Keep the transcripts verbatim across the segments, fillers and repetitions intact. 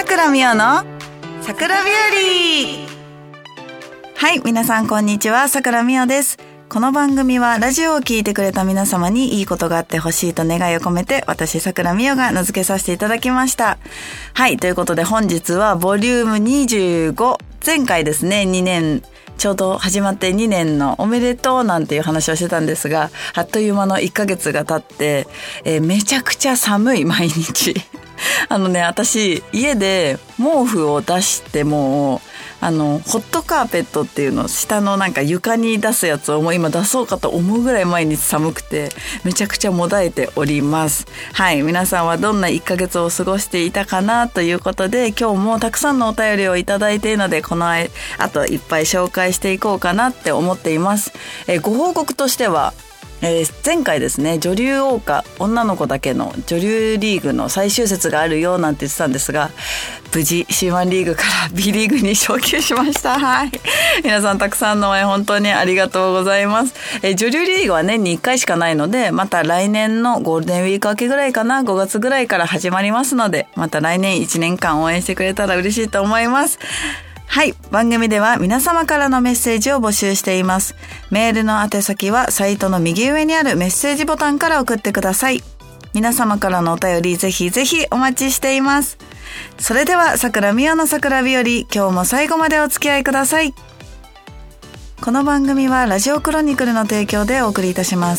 倉美代の桜日和。はい、皆さんこんにちは、桜美代です。この番組はラジオを聞いてくれた皆様にいいことがあってほしいと願いを込めて、私桜美代が名付けさせていただきました。はい、ということで本日はボリュームにじゅうご、前回ですね、にねんちょうど始まってにねんのおめでとうなんていう話をしてたんですが、あっという間のいっかげつが経って、えー、めちゃくちゃ寒い毎日あのね、私家で毛布を出してもあのホットカーペットっていうの下のなんか床に出すやつをもう今出そうかと思うぐらい毎日寒くてめちゃくちゃもだえております。はい、皆さんはどんないっかげつを過ごしていたかなということで、今日もたくさんのお便りをいただいているので、このあといっぱい紹介していこうかなって思っています。えご報告としては、えー、前回ですね、女流桜花女の子だけの女流リーグの最終節があるよなんて言ってたんですが、無事 シーワン リーグから B リーグに昇級しました。はい、皆さんたくさんの応援本当にありがとうございます。えー、女流リーグは年にいっかいしかないので、また来年のゴールデンウィーク明けぐらいかな、ごがつぐらいから始まりますので、また来年いちねんかん応援してくれたら嬉しいと思います。はい、番組では皆様からのメッセージを募集しています。メールの宛先はサイトの右上にあるメッセージボタンから送ってください。皆様からのお便りぜひぜひお待ちしています。それでは桜美代の桜日和、今日も最後までお付き合いください。この番組はラジオクロニクルの提供でお送りいたします。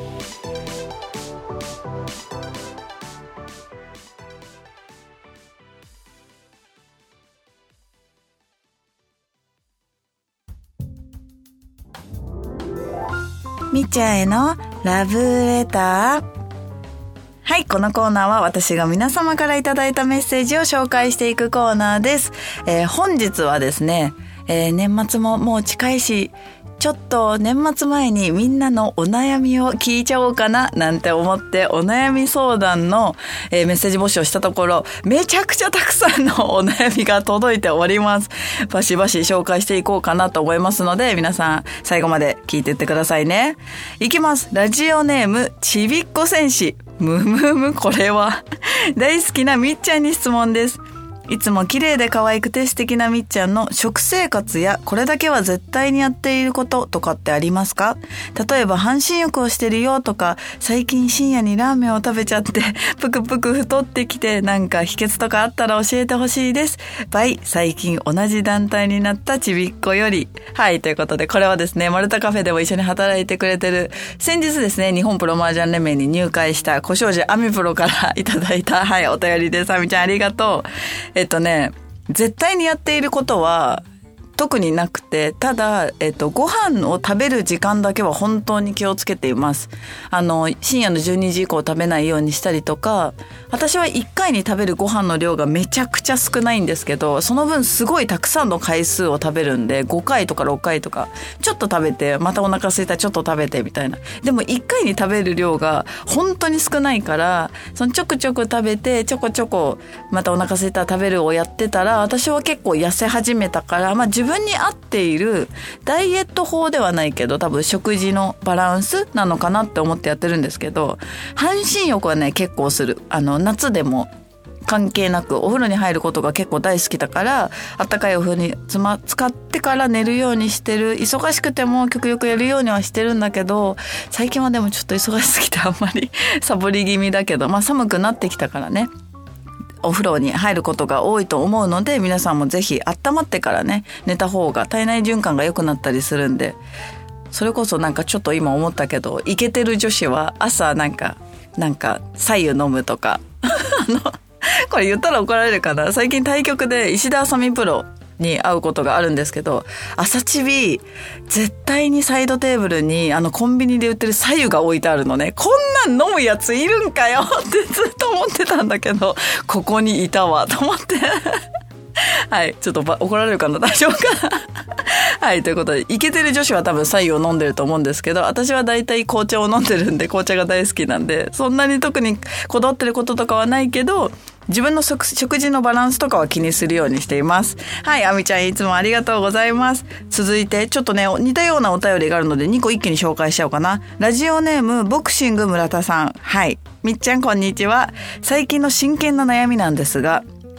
みっちゃんへのラブレター。はい、このコーナーは私が皆様からいただいたメッセージを紹介していくコーナーです。えー、本日はですね、えー、年末ももう近いし、ちょっと年末前にみんなのお悩みを聞いちゃおうかななんて思ってお悩み相談の、えー、メッセージ募集をしたところ、めちゃくちゃたくさんのお悩みが届いております。バシバシ紹介していこうかなと思いますので、皆さん最後まで聞いてってくださいね。いきます。ラジオネームちびっこ戦士。むむむ、これは大好きなみっちゃんに質問です。いつも綺麗で可愛くて素敵なみっちゃんの食生活やこれだけは絶対にやっていることとかってありますか？例えば半身浴をしてるよとか、最近深夜にラーメンを食べちゃってぷくぷく太ってきて、なんか秘訣とかあったら教えてほしいです。バイ、最近同じ団体になったちびっこより。はい、ということでこれはですね、マルタカフェでも一緒に働いてくれてる、先日ですね、日本プロマージャン連盟に入会した小庄司アミプロからいただいた、はい、お便りです。あみちゃんありがとう。えっとね、絶対にやっていることは特になくて、ただ、えっと、ご飯を食べる時間だけは本当に気をつけています。あの、深夜のじゅうにじ以降食べないようにしたりとか、私はいっかいに食べるご飯の量がめちゃくちゃ少ないんですけど、その分すごいたくさんの回数を食べるんで、ごかいとかろっかいとか、ちょっと食べて、またお腹空いたらちょっと食べてみたいな。でもいっかいに食べる量が本当に少ないから、そのちょくちょく食べて、ちょこちょこまたお腹空いたら食べるをやってたら、私は結構痩せ始めたから、まあ自分自分に合っているダイエット法ではないけど、多分食事のバランスなのかなって思ってやってるんですけど、半身浴はね結構する。あの夏でも関係なくお風呂に入ることが結構大好きだから、あったかいお風呂につま使ってから寝るようにしてる。忙しくても極力やるようにはしてるんだけど、最近はでもちょっと忙しすぎてあんまりサボり気味だけど、まあ寒くなってきたからね、お風呂に入ることが多いと思うので、皆さんもぜひ温まってからね寝た方が体内循環が良くなったりするんで、それこそなんかちょっと今思ったけど、イケてる女子は朝なんかなんか白湯飲むとかあのこれ言ったら怒られるかな。最近対局で石田あさみプロに会うことがあるんですけど、朝チビ絶対にサイドテーブルにあのコンビニで売ってる白湯が置いてあるのね。こんなん飲むやついるんかよってずっと思ってたんだけど、ここにいたわと思ってはい、ちょっと怒られるかな、大丈夫かなはい、ということでイケてる女子は多分白湯を飲んでると思うんですけど、私はだいたい紅茶を飲んでるんで、紅茶が大好きなんで、そんなに特にこだわってることとかはないけど、自分の食事のバランスとかは気にするようにしています。はい、あみちゃんいつもありがとうございます。続いてちょっとね似たようなお便りがあるのでにこ一気に紹介しちゃおうかな。ラジオネームボクシング村田さん。はい、みっちゃんこんにちは。最近の真剣な悩みなんですが、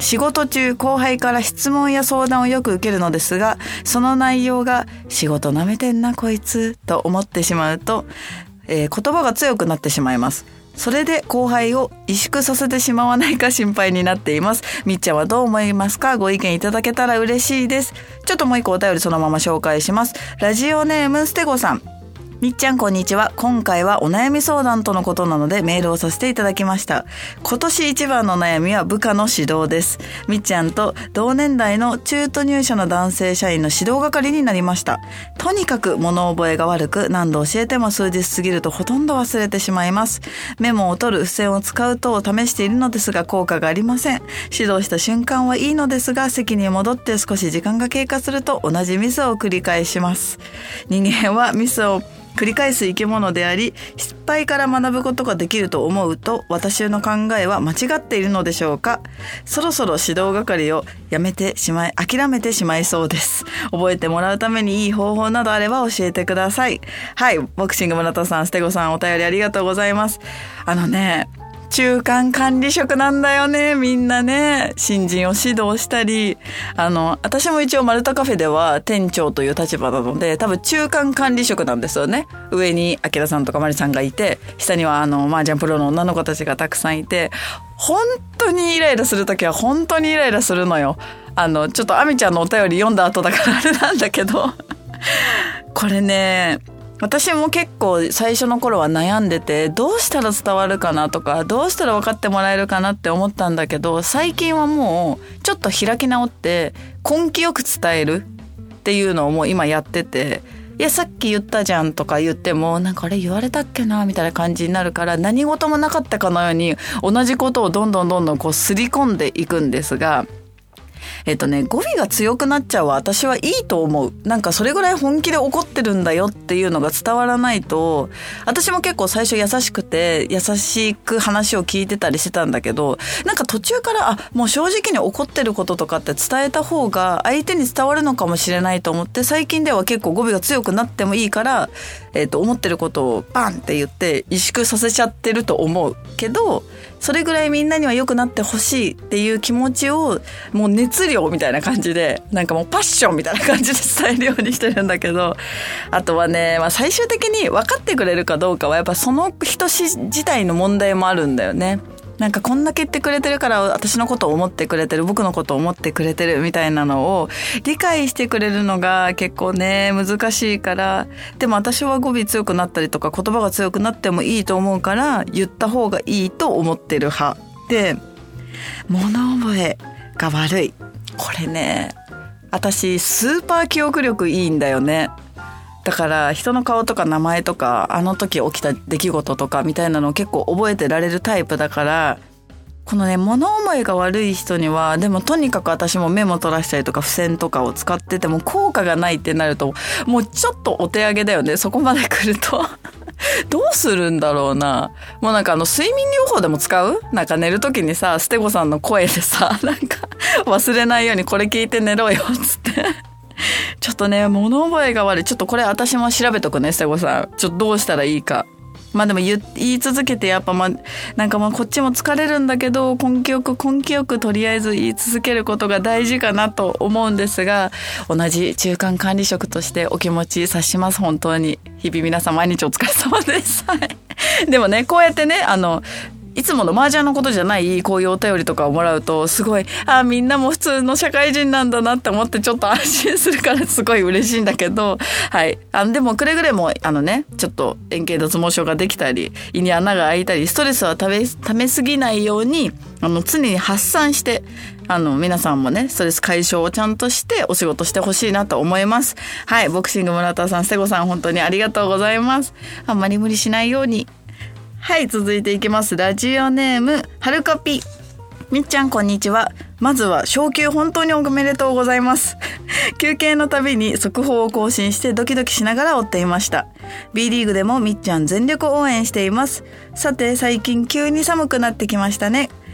仕事中後輩から質問や相談をよく受けるのですが、その内容が仕事なめてんなこいつと思ってしまうと、えー、言葉が強くなってしまいます。それで後輩を萎縮させてしまわないか心配になっています。みっちゃんはどう思いますか？ご意見いただけたら嬉しいです。ちょっともう一個お便りそのまま紹介します。ラジオネームステゴさん。みっちゃんこんにちは。今回はお悩み相談とのことなのでメールをさせていただきました。今年一番の悩みは部下の指導です。みっちゃんと同年代の中途入社の男性社員の指導係になりました。とにかく物覚えが悪く、何度教えても数日過ぎるとほとんど忘れてしまいます。メモを取る、付箋を使う等を試しているのですが効果がありません。指導した瞬間はいいのですが、席に戻って少し時間が経過すると同じミスを繰り返します。人間はミスを繰り返す生き物であり、失敗から学ぶことができると思うと、私の考えは間違っているのでしょうか。そろそろ指導係をやめてしまい、諦めてしまいそうです。覚えてもらうためにいい方法などあれば教えてください。はい、ボクシング村田さん、ステゴさん、お便りありがとうございます。あのね、中間管理職なんだよね、みんなね。新人を指導したり、あの、私も一応マルタカフェでは店長という立場なので、多分中間管理職なんですよね。上にアキラさんとかマリさんがいて、下にはあの、麻雀プロの女の子たちがたくさんいて、本当にイライラするときは本当にイライラするのよ。あの、ちょっとアミちゃんのお便り読んだ後だからあれなんだけど、これね、私も結構最初の頃は悩んでて、どうしたら伝わるかなとか、どうしたら分かってもらえるかなって思ったんだけど、最近はもうちょっと開き直って根気よく伝えるっていうのをもう今やってて、いやさっき言ったじゃんとか言っても、なんかあれ言われたっけなみたいな感じになるから、何事もなかったかのように同じことをどんどんどんどんこうすり込んでいくんですが、えっとね、語尾が強くなっちゃうは私はいいと思う。なんかそれぐらい本気で怒ってるんだよっていうのが伝わらないと、私も結構最初優しくて優しく話を聞いてたりしてたんだけど、なんか途中からあもう正直に怒ってることとかって伝えた方が相手に伝わるのかもしれないと思って、最近では結構語尾が強くなってもいいから、えっと思ってることをバンって言って萎縮させちゃってると思うけど、それぐらいみんなには良くなってほしいっていう気持ちをもう熱量みたいな感じで、なんかもうパッションみたいな感じで伝えるようにしてるんだけど、あとはね、まあ、最終的に分かってくれるかどうかはやっぱその人自体の問題もあるんだよね。なんかこんだけ言ってくれてるから私のことを思ってくれてる、僕のことを思ってくれてるみたいなのを理解してくれるのが結構ね難しいから、でも私は語尾強くなったりとか言葉が強くなってもいいと思うから言った方がいいと思ってる派で、物覚えが悪い、これね私スーパー記憶力いいんだよね。だから人の顔とか名前とかあの時起きた出来事とかみたいなのを結構覚えてられるタイプだから、このね物覚えが悪い人にはでもとにかく私もメモ取らしたりとか付箋とかを使ってても効果がないってなるともうちょっとお手上げだよね。そこまで来るとどうするんだろうな。もうなんかあの睡眠療法でも使う？なんか寝る時にさステゴさんの声でさなんか忘れないようにこれ聞いて寝ろよっつってちょっとね物覚えが悪い。ちょっとこれ私も調べとくねステゴさん。ちょっとどうしたらいいか。まあでも 言, 言い続けてやっぱまあなんかまあこっちも疲れるんだけど根気よく根気よくとりあえず言い続けることが大事かなと思うんですが、同じ中間管理職としてお気持ち察します。本当に日々皆さん毎日お疲れ様ですでもねこうやってねあのいつもの麻雀のことじゃないこういうお便りとかをもらうとすごいあみんなも普通の社会人なんだなって思ってちょっと安心するからすごい嬉しいんだけど、はいあのでもくれぐれもあのねちょっと円形脱毛症ができたり胃に穴が開いたりストレスはためためすぎないようにあの常に発散してあの皆さんもねストレス解消をちゃんとしてお仕事してほしいなと思います。はいボクシング村田さんステゴさん本当にありがとうございます。あんまり無理しないように。はい続いていきます。ラジオネームはるかぴ。みっちゃんこんにちは。まずは昇級本当におめでとうございます休憩のたびに速報を更新してドキドキしながら追っていました。 B リーグでもみっちゃん全力応援しています。さて最近急に寒くなってきましたね。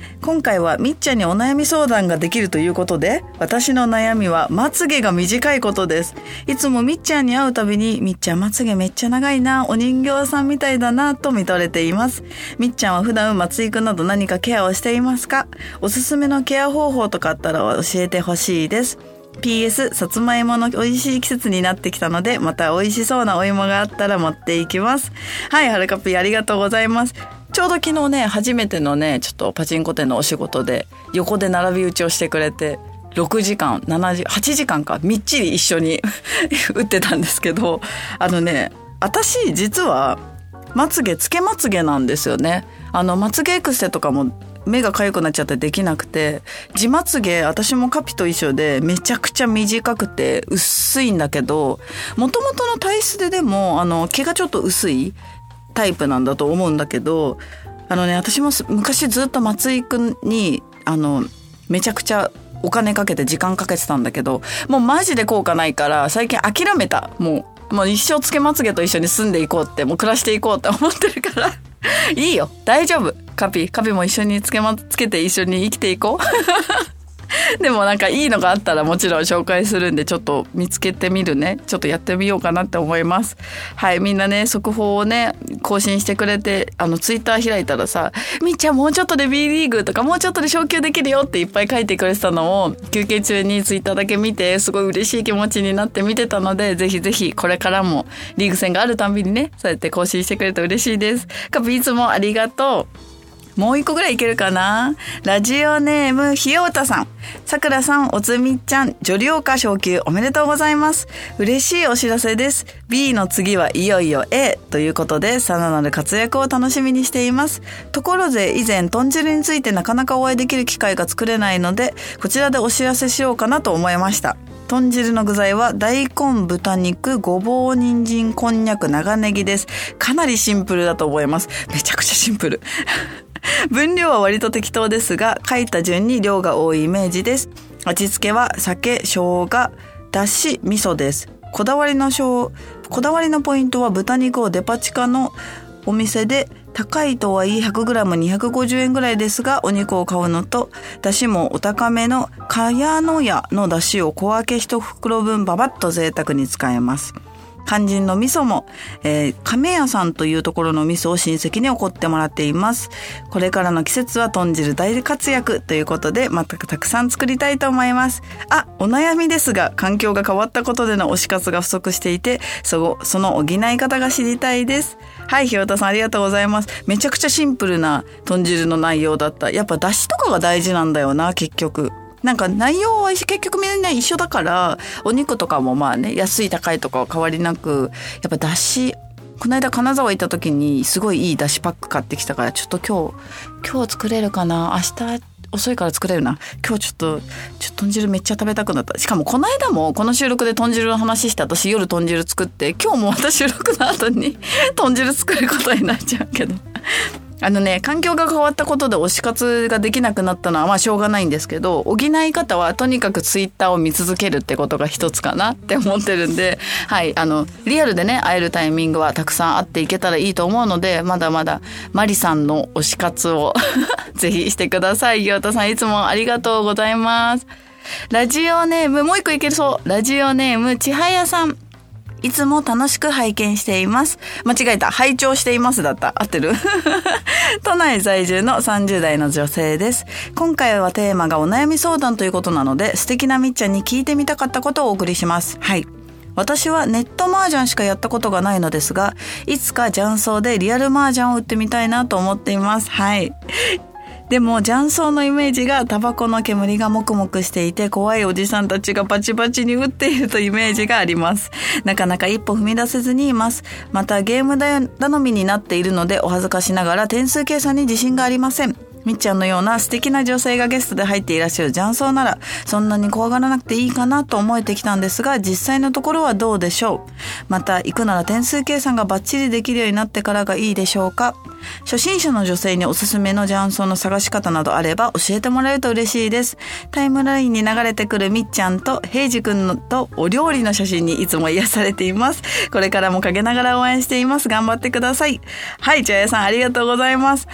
今回はみっちゃんにお悩み相談ができるということで、私の悩みはまつげが短いことです。いつもみっちゃんに会うたびに、みっちゃんまつげめっちゃ長いな、お人形さんみたいだなと見とれています。みっちゃんは普段まつ育など何かケアをしていますか？おすすめのケア方法とかあったら教えてほしいです。ピーエス さつまいもの美味しい季節になってきたので、また美味しそうなお芋があったら持っていきます。はい、はるかぴーありがとうございます。ちょうど昨日ね、初めてのね、ちょっとパチンコ店のお仕事で横で並び打ちをしてくれて、ろくじかん、ななじ、はちじかんかみっちり一緒に打ってたんですけど、あのね、私実はまつげつけまつげなんですよね。あのまつげエクステとかも目が痒くなっちゃってできなくて、地まつげ私もカピと一緒でめちゃくちゃ短くて薄いんだけど、もともとの体質ででもあの毛がちょっと薄いタイプなんだと思うんだけど、あのね、私も昔ずっとまつ育にあのめちゃくちゃお金かけて時間かけてたんだけど、もうマジで効果ないから最近諦めた。もうもう一生つけまつげと一緒に住んでいこうって、もう暮らしていこうって思ってるからいいよ、大丈夫。カピカピも一緒につけまつけて一緒に生きていこうでもなんかいいのがあったらもちろん紹介するんで、ちょっと見つけてみるね。ちょっとやってみようかなって思います。はい、みんなね、速報をね更新してくれて、あのツイッター開いたらさ、みっちゃんもうちょっとで B リーグとかもうちょっとで昇級できるよっていっぱい書いてくれてたのを休憩中にツイッターだけ見て、すごい嬉しい気持ちになって見てたので、ぜひぜひこれからもリーグ戦があるたんびにね、そうやって更新してくれると嬉しいです。カピいつもありがとう。もう一個ぐらいいけるかな。ラジオネームひようたさん。さくらさん、おつみちゃん、ジョリオカ昇級おめでとうございます。嬉しいお知らせです。 B の次はいよいよ A ということで、さらなる活躍を楽しみにしています。ところで以前豚汁についてなかなかお会いできる機会が作れないので、こちらでお知らせしようかなと思いました。豚汁の具材は大根、豚肉、ごぼう、人参、こんにゃく、長ネギです。かなりシンプルだと思います。めちゃくちゃシンプル分量は割と適当ですが、書いた順に量が多いイメージです。味付けは酒、生姜、だし、味噌です。こだわりのこだわりのポイントは豚肉をデパ地下のお店で高いとはいえ ひゃくグラムにひゃくごじゅうえんぐらいですが、お肉を買うのと、だしもお高めの茅野屋のだしを小分け一袋分ババッと贅沢に使えます。肝心の味噌も、えー、亀屋さんというところの味噌を親戚に送ってもらっています。これからの季節は豚汁大活躍ということで、またたくさん作りたいと思います。あ、お悩みですが、環境が変わったことでの推し活が不足していて、そ, その補い方が知りたいです。はい、ひよたさんありがとうございます。めちゃくちゃシンプルな豚汁の内容だった。やっぱ出汁とかが大事なんだよな、結局。なんか内容は結局みんな一緒だから、お肉とかもまあね、安い高いとかは変わりなく、やっぱ出汁、この間金沢行った時にすごいいい出汁パック買ってきたから、ちょっと今日今日作れるかな、明日遅いから作れるな。今日ちょっとちょっと豚汁めっちゃ食べたくなった。しかもこの間もこの収録で豚汁の話して、私夜豚汁作って、今日も私収録の後に豚汁作ることになっちゃうけどあのね、環境が変わったことで推し活ができなくなったのはまあしょうがないんですけど、補い方はとにかくツイッターを見続けるってことが一つかなって思ってるんで、はい、あのリアルでね会えるタイミングはたくさんあっていけたらいいと思うので、まだまだマリさんの推し活をぜひしてください。岩田さんいつもありがとうございます。ラジオネームもう一個いけるそう。ラジオネームちはやさん。いつも楽しく拝見しています。間違えた。拝聴していますだった。合ってる都内在住のさんじゅう代の女性です。今回はテーマがお悩み相談ということなので、素敵なみっちゃんに聞いてみたかったことをお送りします。はい。私はネット麻雀しかやったことがないのですが、いつか雀荘でリアル麻雀を打ってみたいなと思っています。はい。でも雀荘のイメージがタバコの煙がもくもくしていて、怖いおじさんたちがバチバチに打っているというイメージがあります。なかなか一歩踏み出せずにいます。またゲーム頼みになっているので、お恥ずかしながら点数計算に自信がありません。みっちゃんのような素敵な女性がゲストで入っていらっしゃる雀荘なら、そんなに怖がらなくていいかなと思えてきたんですが、実際のところはどうでしょう。また行くなら点数計算がバッチリできるようになってからがいいでしょうか。初心者の女性におすすめの雀荘の探し方などあれば教えてもらえると嬉しいです。タイムラインに流れてくるみっちゃんと平次くんのとお料理の写真にいつも癒されています。これからも陰ながら応援しています。頑張ってください。はい、ちゃやさんありがとうございます。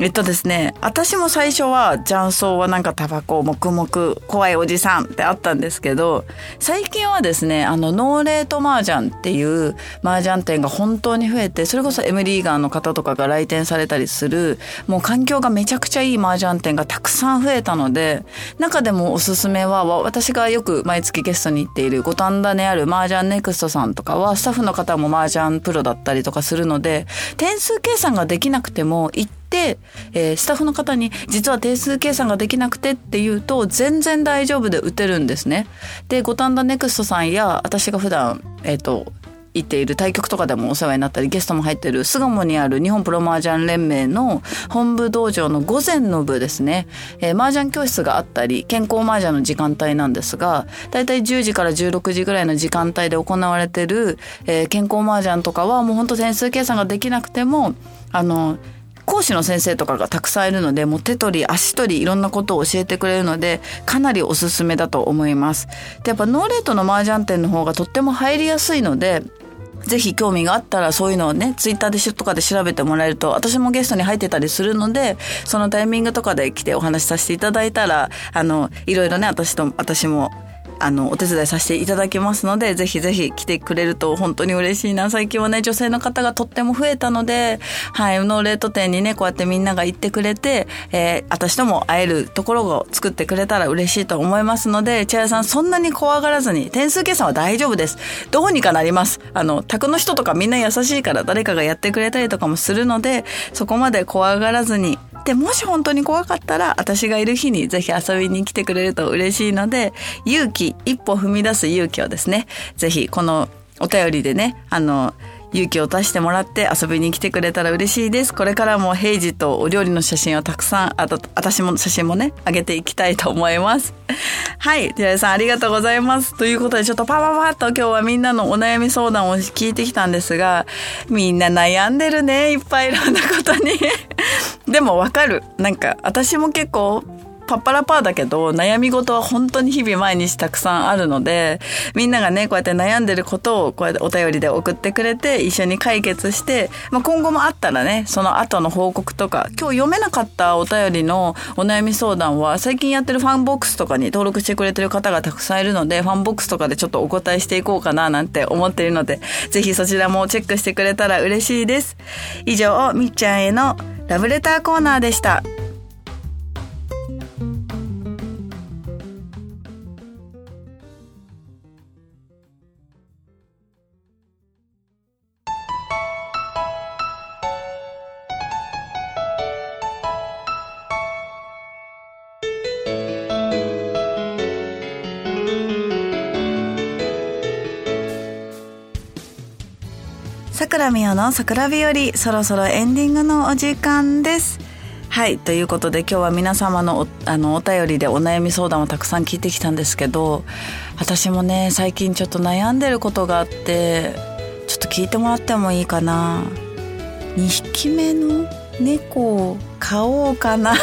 えっとですね、私も最初は雀荘はなんかタバコ黙々怖いおじさんってあったんですけど、最近はですね、あのノーレート麻雀っていう麻雀店が本当に増えて、それこそ M リーガーの方とかが来店されたりする、もう環境がめちゃくちゃいい麻雀店がたくさん増えたので、中でもおすすめは私がよく毎月ゲストに行っている五反田にある麻雀ネクストさんとかは、スタッフの方も麻雀プロだったりとかするので、点数計算ができなくても行ってで、えー、スタッフの方に実は定数計算ができなくてって言うと全然大丈夫で打てるんですね。で、五反田ネクストさんや私が普段えっと行っている対局とかでもお世話になったりゲストも入っている巣鴨にある日本プロ麻雀連盟の本部道場の午前の部ですね、えー、麻雀教室があったり健康麻雀の時間帯なんですが、だいたいじゅうじからじゅうろくじぐらいの時間帯で行われている、えー、健康麻雀とかはもう本当点数計算ができなくてもあの講師の先生とかがたくさんいるので、もう手取り足取りいろんなことを教えてくれるのでかなりおすすめだと思います。で、やっぱノーレートの麻雀店の方がとっても入りやすいので、ぜひ興味があったらそういうのをね、ツイッターでとかで調べてもらえると、私もゲストに入ってたりするので、そのタイミングとかで来てお話しさせていただいたら、あのいろいろね、私と私もあのお手伝いさせていただきますので、ぜひぜひ来てくれると本当に嬉しいな。最近はね、女性の方がとっても増えたので、はい、ノーレート店にね、こうやってみんなが行ってくれて、えー、私とも会えるところを作ってくれたら嬉しいと思いますので、千早さんそんなに怖がらずに、点数計算は大丈夫です。どうにかなります。あの宅の人とかみんな優しいから誰かがやってくれたりとかもするので、そこまで怖がらずに。で、もし本当に怖かったら私がいる日にぜひ遊びに来てくれると嬉しいので、勇気、一歩踏み出す勇気をですね、ぜひこのお便りでね、あの勇気を出してもらって遊びに来てくれたら嬉しいです。これからも平時とお料理の写真をたくさん、あと私も写真もね上げていきたいと思います。はい、寺井さんありがとうございます。ということでちょっとパパパッと今日はみんなのお悩み相談を聞いてきたんですが、みんな悩んでるね、いっぱいいろんなことにでもわかる。なんか私も結構パッパラパーだけど悩み事は本当に日々毎日たくさんあるので、みんながねこうやって悩んでることをこうやってお便りで送ってくれて一緒に解決して、まあ、今後もあったらねその後の報告とか、今日読めなかったお便りのお悩み相談は最近やってるファンボックスとかに登録してくれてる方がたくさんいるので、ファンボックスとかでちょっとお答えしていこうかななんて思っているので、ぜひそちらもチェックしてくれたら嬉しいです。以上、みっちゃんへのラブレターコーナーでした。桜美代の桜日和、そろそろエンディングのお時間です。はい、ということで今日は皆様の お, あのお便りでお悩み相談をたくさん聞いてきたんですけど、私もね最近ちょっと悩んでることがあって、ちょっと聞いてもらってもいいかな。にひきめの猫を飼おうかな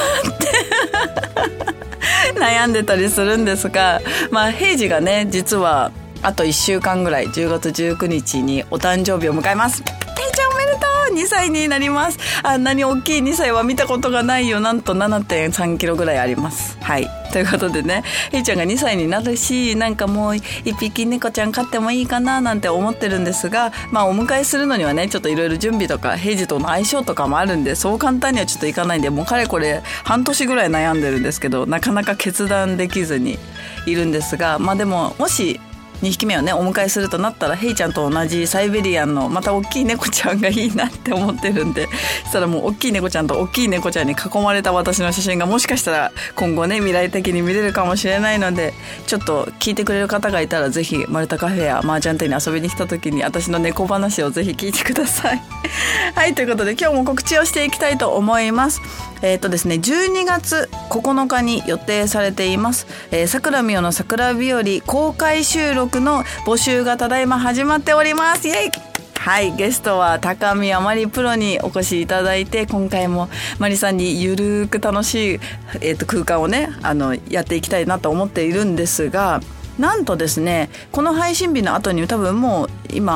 って悩んでたりするんですが、まあ平次がね実はあといっしゅうかんぐらい、じゅうがつじゅうくにちにお誕生日を迎えます。ていちゃんおめでとう、にさいになります。あんなに大きいにさいは見たことがないよ。なんと ななてんさんキロぐらいあります。はい、ということでね、ていちゃんがにさいになるし、なんかもういっぴき猫ちゃん飼ってもいいかななんて思ってるんですが、まあお迎えするのにはねちょっといろいろ準備とか平時との相性とかもあるんで、そう簡単にはちょっといかないんで、もうかれこれ半年ぐらい悩んでるんですけど、なかなか決断できずにいるんですが、まあでももしにひきめをねお迎えするとなったら、ヘイちゃんと同じサイベリアンのまた大きい猫ちゃんがいいなって思ってるんで、そしたらもう大きい猫ちゃんと大きい猫ちゃんに囲まれた私の写真がもしかしたら今後ね未来的に見れるかもしれないので、ちょっと聞いてくれる方がいたらぜひマルタカフェやマージャン店に遊びに来た時に私の猫話をぜひ聞いてくださいはい、ということで今日も告知をしていきたいと思います。えーとですね、じゅうにがつここのかに予定されています、えー、桜美代の桜日和公開収録の募集がただいま始まっております。イエイ。はい、ゲストは高宮まりプロにお越しいただいて、今回もまりさんにゆるく楽しい、えーと空間をねあのやっていきたいなと思っているんですが、なんとですねこの配信日の後に多分もう今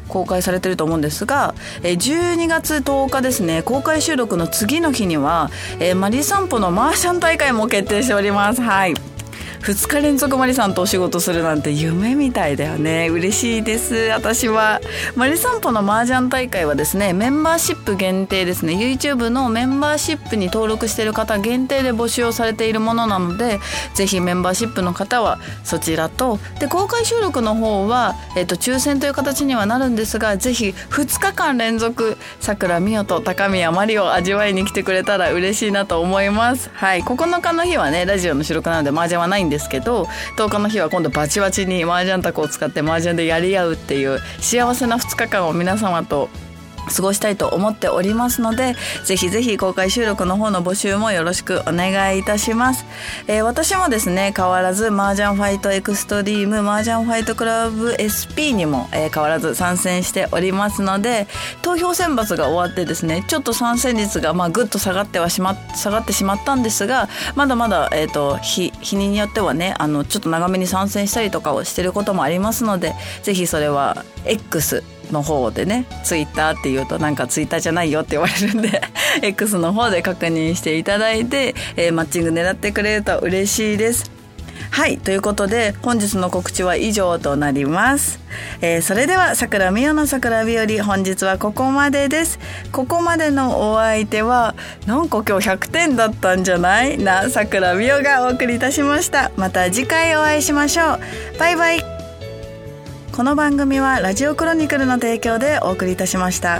公開されてると思うんですが、えー、じゅうにがつとおかですね、公開収録の次の日には、えー、マリ散歩のマージャン大会も決定しております。はい、ふつか連続マリさんとお仕事するなんて夢みたいだよね。嬉しいです。私はマリ散歩の麻雀大会はですね、メンバーシップ限定ですね。 YouTube のメンバーシップに登録している方限定で募集をされているものなので、ぜひメンバーシップの方はそちらと、で公開収録の方は、えっと、抽選という形にはなるんですが、ぜひふつかかん連続さくらみおと高宮まりを味わいに来てくれたら嬉しいなと思います。はい、ここのかの日はねラジオの収録なので麻雀はないんですけど、とおかの日は今度バチバチに麻雀卓を使って麻雀でやり合うっていう幸せなふつかかんを皆様と過ごしたいと思っておりますので、ぜひぜひ公開収録の方の募集もよろしくお願いいたします。えー、私もですね変わらず麻雀ファイトエクストリーム麻雀ファイトクラブ エスピー にも、えー、変わらず参戦しておりますので、投票選抜が終わってですね、ちょっと参戦率がまあぐっと下がってはしま下がってしまったんですが、まだまだ、えー、と 日, 日によってはね、あのちょっと長めに参戦したりとかをしてることもありますので、ぜひそれは Xの方でね、ツイッターって言うとなんかツイッターじゃないよって言われるんでX の方で確認していただいて、えー、マッチング狙ってくれると嬉しいです。はい、ということで本日の告知は以上となります。えー、それではさくらみおのさくら日和、本日はここまでです。ここまでのお相手はなんか今日ひゃくてんだったんじゃないなさくらみおがお送りいたしました。また次回お会いしましょう。バイバイ。この番組はラジオクロニクルの提供でお送りいたしました。はい、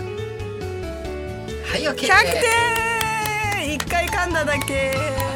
OK。 ひゃくてんいっかい噛んだだけ。